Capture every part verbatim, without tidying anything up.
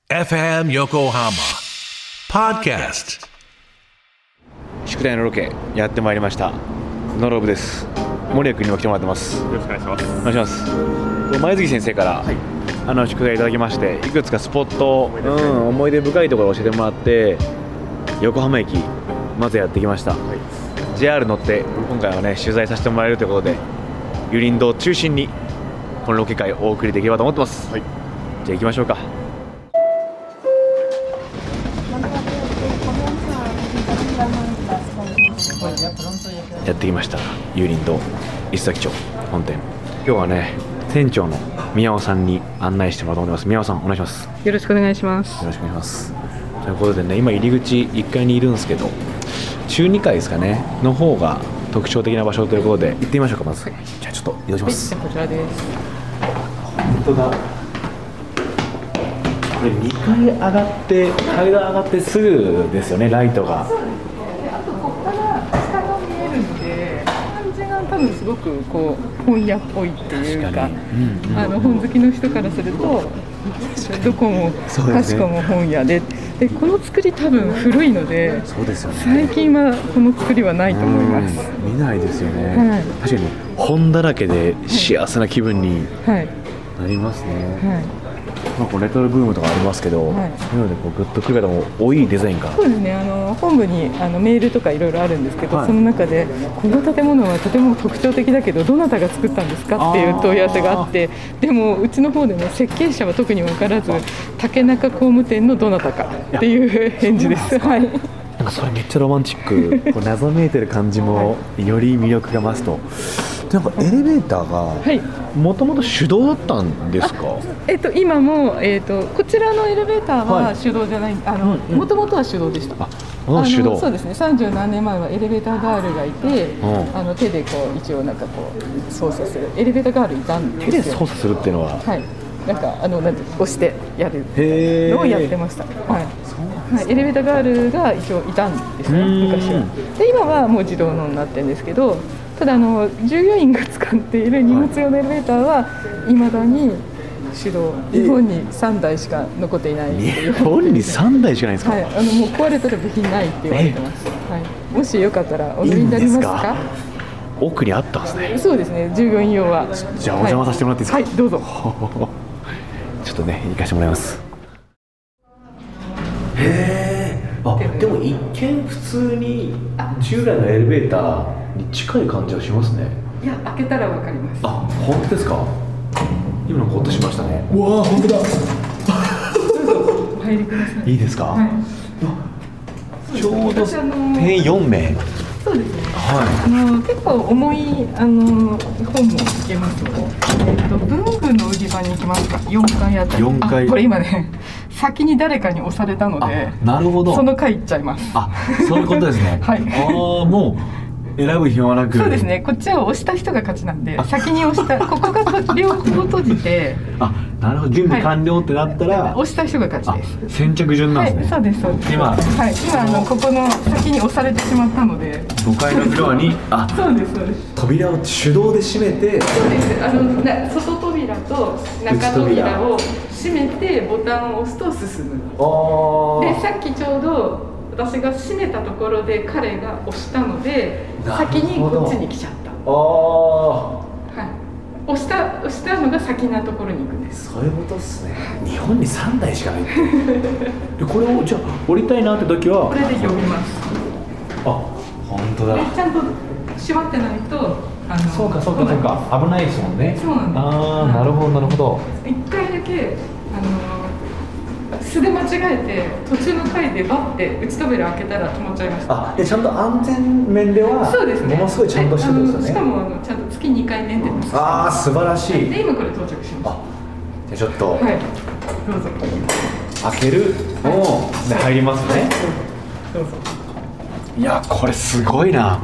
エフエム 横浜 Podcast。 宿題のロケやってまいりました。ノロブです。森谷君にも来てもらってます。 よろしくお願いします。 お願いします。前月先生から、はい、あの宿題いただきまして、いくつかスポット、思い出深い、うん、思い出深いところを教えてもらって、横浜駅まずやってきました、はい、ジェイアール 乗って今回はね取材させてもらえるということで、有林堂を中心にこのロケ会をお送りできればと思ってます、はい、じゃあ行きましょうか。やってきました。有林堂石崎町本店。今日はね店長の宮尾さんに案内してもらおうと思います。宮尾さんお願いします。 よろしくお願いします。 よろしくお願いします。ということでね、今入り口いっかいにいるんですけど、中にかいですかねの方が特徴的な場所ということで行ってみましょうか。まず、はい、じゃあちょっと移動します。 はい、こちらです。 本当だ。これにかい上がって階段上がってすぐですよね、ライトが。 多分すごくこう本屋っぽいっていうか、うんうん、あの本好きの人からするとどこもかしこも本屋で、でこの作り多分古いので、そうですよね、最近はこの作りはないと思います。 見ないですよね、はい、確かに本だらけで幸せな気分になりますね、はいはい。まあ、こうレトロブームとかありますけど、はい、そういうのでこうグッとくる方も多いデザインか。 そうですね、あの本部にあのメールとかいろいろあるんですけど、はい、その中でこの建物はとても特徴的だけどどなたが作ったんですかっていう問い合わせがあって、でもうちの方でね設計者は特に分からず、竹中工務店のどなたかっていう返事です。はい、 なんかそれめっちゃロマンチックこう謎めいてる感じもより魅力が増すと。なんかエレベーターがもともと手動だったんですか？ えっと、今も、えっと、こちらのエレベーターは手動じゃない、はい、もともとは手動でした。あ、 あ手動。 そうですね、さんじゅうなんねんまえはエレベーターガールがいて、うん、あの手でこう一応なんかこう操作するエレベーターガールいたんですよ。 手で操作するっていうのは、はい、 なんかあのなんて押してやるのをやってました。はい、はい、エレベーターガールが一応いたんですね、昔は。で今はもう自動のになってるんですけど、ただあの従業員が使っている荷物用のエレベーターはいまだに手動、日本にさんだいしか残っていないっていう。 日本にさんだいしかないんですか？ はい、あのもう壊れたら部品ないって言われてます。はい、もしよかったらお乗りになりますか？いいんですか？ 奥にあったんですね。 そうですね、従業員用は。 じゃあお邪魔させてもらっていいですか？ はい、はい、どうぞ。 ちょっとね行かせてもらいます。へー、あ、でも一見普通に従来のエレベーターに近い感じはしますね。 いや、開けたらわかります。 あ、本当ですか？今の音しましたね。うわー、本当だ。どうぞお入りください。 いいですか？はい、ちょうど定員よんめい。 そうですね、はい、あの結構重いあの本もいけますので、えっと、文具の売り場に行きますか？よんかいあたり。よんかい。これ今ね先に誰かに押されたので、 なるほど、その回行っちゃいます。 あ、そういうことですね。はい、ああ、もう選ぶ暇はなく。 そうですね、こっちは押した人が勝ちなんで、先に押したここが両方閉じて、 あ、なるほど、準備完了ってなったら、 はい、押した人が勝ちです。 先着順なんですね。 はい、そうですそうです。 今、 はい、今あのここの先に押されてしまったので、 ごかいのフロアに、あ、 そうですそうです。 扉を手動で閉めて、 そうです。あのな外扉と中扉を閉めてボタンを押すと進む。で、さっきちょうど私が閉めたところで彼が押したので先にこっちに来ちゃった。あ、はい、押した押したのが先なところに行くんです。 そういうことですね。日本にさんだいしかないってで、これをじゃあ降りたいなって時はこれで呼びます。 あ、本当だ。 ちゃんと閉まってないと、 あのそうかそうかそうか、危ないですもんね。 そうなんです。 ああ、なるほどなるほど。 一回だけあの素で間違えて途中の回でバッて内扉開けたら止まっちゃいました。 あ、でちゃんと安全面ではそうですね、ものすごいちゃんとしてるんですよね。 しかもあのちゃんと月にかいメンテナンスしてます。 ああ、素晴らしい。 で今これ到着しました。 あ、じゃあちょっと、はい、 どうぞ。 開ける、もうで入りますね。 どうぞ。 いや、これすごいな。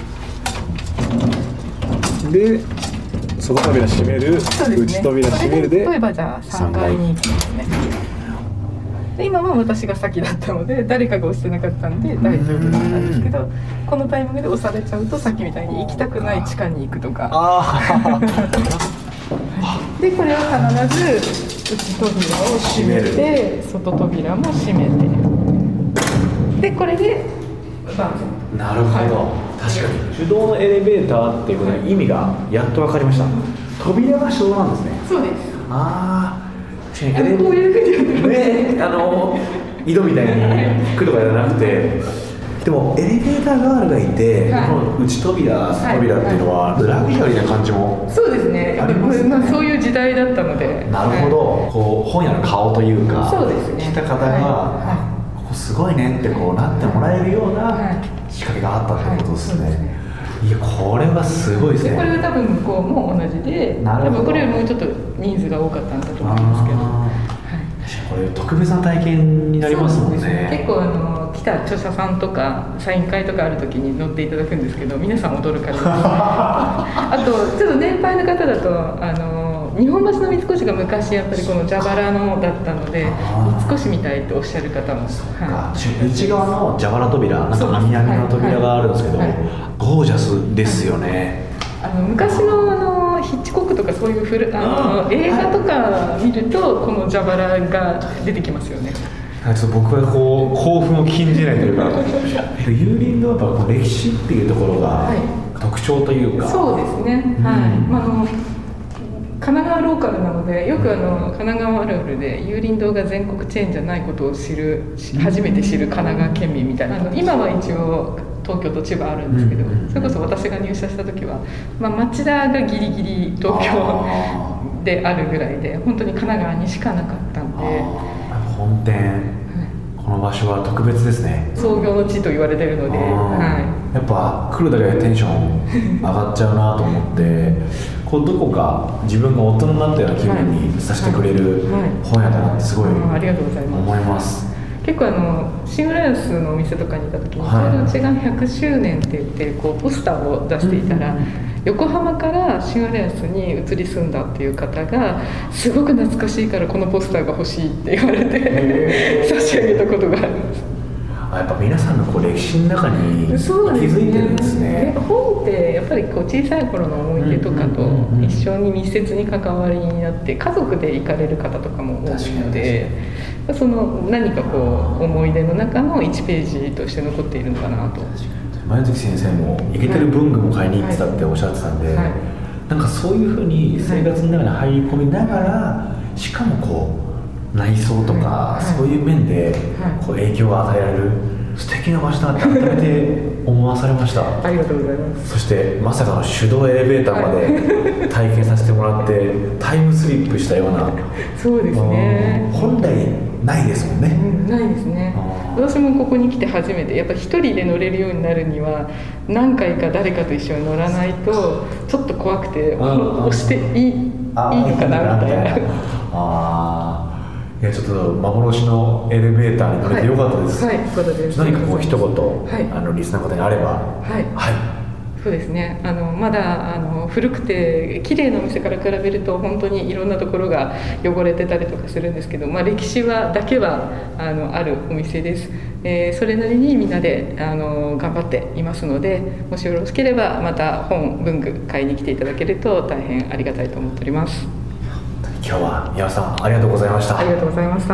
で、外扉閉める、内扉閉めるで、 例えばじゃあさんがいに行きますね。で今は私が先だったので誰かが押してなかったんで大丈夫だったんですけど、このタイミングで押されちゃうとさっきみたいに行きたくない地下に行くとか。あでこれを必ず内扉を閉めて外扉も閉めて、でこれでバン。 なるほど、はい、確かに手動のエレベーターっていうことの意味がやっと分かりました。扉が手動なんですね。 そうです。 ああ、 こういうふうにやってね、あの井戸みたいに引くとかじゃなくて、でもエレベーターガールがいて、はい、この内扉外扉っていうのは、はい、ラグジュアリーな感じもそうですね。やっぱりこれ、まあ、そういう時代だったので。 なるほど、はい、こう本屋の顔というか、 そうですね。 来た方が、はいはい、ここすごいねってこうなってもらえるような仕掛けがあったってことですね。はいはい、いや、これはすごいですね。 でこれは多分向こうも同じで、多分これよりもうちょっと人数が多かったんだと思うんですけど、はい、 これ特別な体験になりますもんね。 ね、結構あの来た著者さんとかサイン会とかある時に乗っていただくんですけど、皆さん驚かれます、ね、あとちょっと年配の方だとあの日本橋の三越が昔やっぱりこの蛇腹のだったので三越みたいとおっしゃる方も、 はい、内側の蛇腹扉、なんか網網の扉があるんですけど、はいはい、ゴージャスですよね。 あの昔のあのヒッチコックとかそういう古あの映画とか見るとこの蛇腹が出てきますよね。 ちょっと僕はこう興奮を禁じないというかユーリンドはやっぱ歴史っていうところが特徴というか、 はい、そうですね、うん、はい、まあ、あの神奈川ローカルなのでよくあの神奈川あるあるで有林堂が全国チェーンじゃないことを知る初めて知る神奈川県民みたいな、あの今は一応東京と千葉あるんですけど、それこそ私が入社した時は、まあ、町田がギリギリ東京であるぐらいで本当に神奈川にしかなかったんで、 本店、この場所は特別ですね。 創業の地と言われてるので、はい、 やっぱ来るだけでテンション上がっちゃうなと思ってこうどこか自分が大人になったような気分にさせてくれる本屋だなってすごい思います。 結構あの新浦安のお店とかにいた時に、はい、ちょうどうちがひゃくしゅうねんって言ってこうポスターを出していたら、うん、横浜から新浦安に移り住んだっていう方がすごく懐かしいからこのポスターが欲しいって言われて差し上げたことがあります。 やっぱ皆さんのこう歴史の中に気づいてるんですね。 ですね。本ってやっぱりこう小さい頃の思い出とかと一緒に密接に関わりになって家族で行かれる方とかも多いので、その何かこう思い出の中のいちページとして残っているのかなと。 前月先生もイケてる文具も買いに行ってたっておっしゃってたんで、はいはい、なんかそういうふうに生活の中に入り込みながら、しかもこう内装とか、はい、そういう面でこう影響が与えられる素敵な場所だって改めて思わされました。 ありがとうございます。 そしてまさかの手動エレベーターまで体験させてもらってタイムスリップしたようなそうですね、 本来ないですもんね、 うん、ないですね。私もここに来て初めてやっぱ一人で乗れるようになるには何回か誰かと一緒に乗らないとちょっと怖くて押していい、いいのかなみたいな。 あいやちょっと幻のエレベーターに乗れてよかったです。 はい、はい、よかったです。 何かこう一言、はい、あのリスナーの方にあれば。 はい。はい。そうですね。あのまだあの古くて綺麗なお店から比べると本当にいろんなところが汚れてたりとかするんですけど、まあ歴史はだけはあのあるお店です。えー、それなりにみんなであの頑張っていますので、もしよろしければまた本文具買いに来ていただけると大変ありがたいと思っております。 今日は宮尾さんありがとうございました。 ありがとうございました。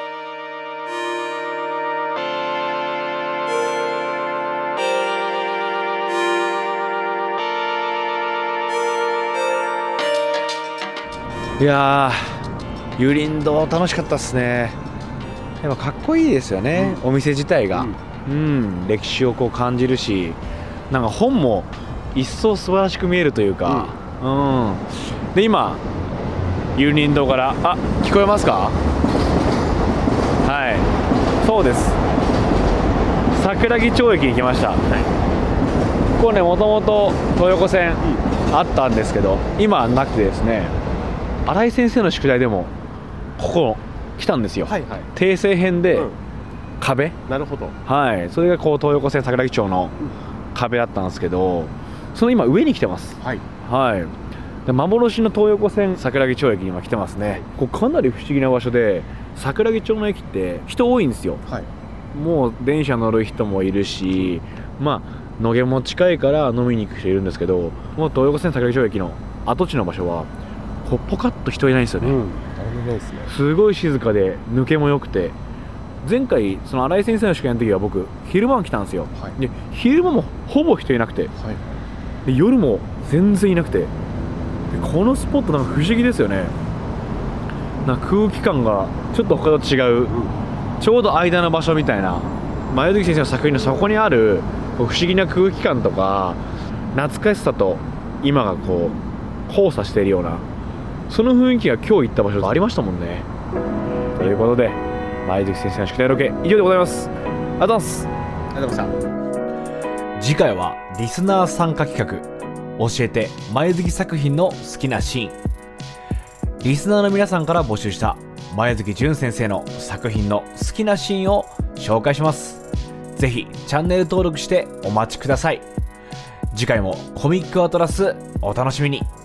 いやー、有林堂楽しかったですね。でもかっこいいですよね、うん、お店自体が、うん、うん、歴史をこう感じるし、なんか本も一層素晴らしく見えるというか、うん、うん、で今有林堂からあ聞こえますか？はい、そうです。桜木町駅に来ました。はい、ここねもともと東横線あったんですけど、今はなくてですね、新井先生の宿題でもここ来たんですよ。はいはい、訂正編で、うん、壁。 なるほど。 はい、それがこう東横線桜木町の壁だったんですけど、その今上に来てます。はい。はい。で幻の東横線桜木町駅に今来てますね。ここかなり不思議な場所で、桜木町の駅って人多いんですよ。はい、もう電車乗る人もいるし、まあ野毛も近いから飲みに行く人いるんですけど、もう東横線桜木町駅の跡地の場所はこうポカッと人いないんですよね、 うん、誰もいないですね。 すごい静かで抜けも良くて、前回その新井先生の試験の時は僕昼間来たんですよ、はい、で昼間もほぼ人いなくて、はい、で夜も全然いなくて、でこのスポットなんか不思議ですよね。なんか空気感がちょっと他と違う、うん、ちょうど間の場所みたいな、前月先生の作品のそこにある不思議な空気感とか懐かしさと今がこう交差しているような、その雰囲気が今日行った場所とありましたもんね。ということで前月先生の宿題ロケ以上でございます。ありがとうございます。 ありがとうございました。 次回はリスナー参加企画、教えて前月作品の好きなシーン。リスナーの皆さんから募集した前月淳先生の作品の好きなシーンを紹介します。ぜひチャンネル登録してお待ちください。次回もコミックアトラスお楽しみに。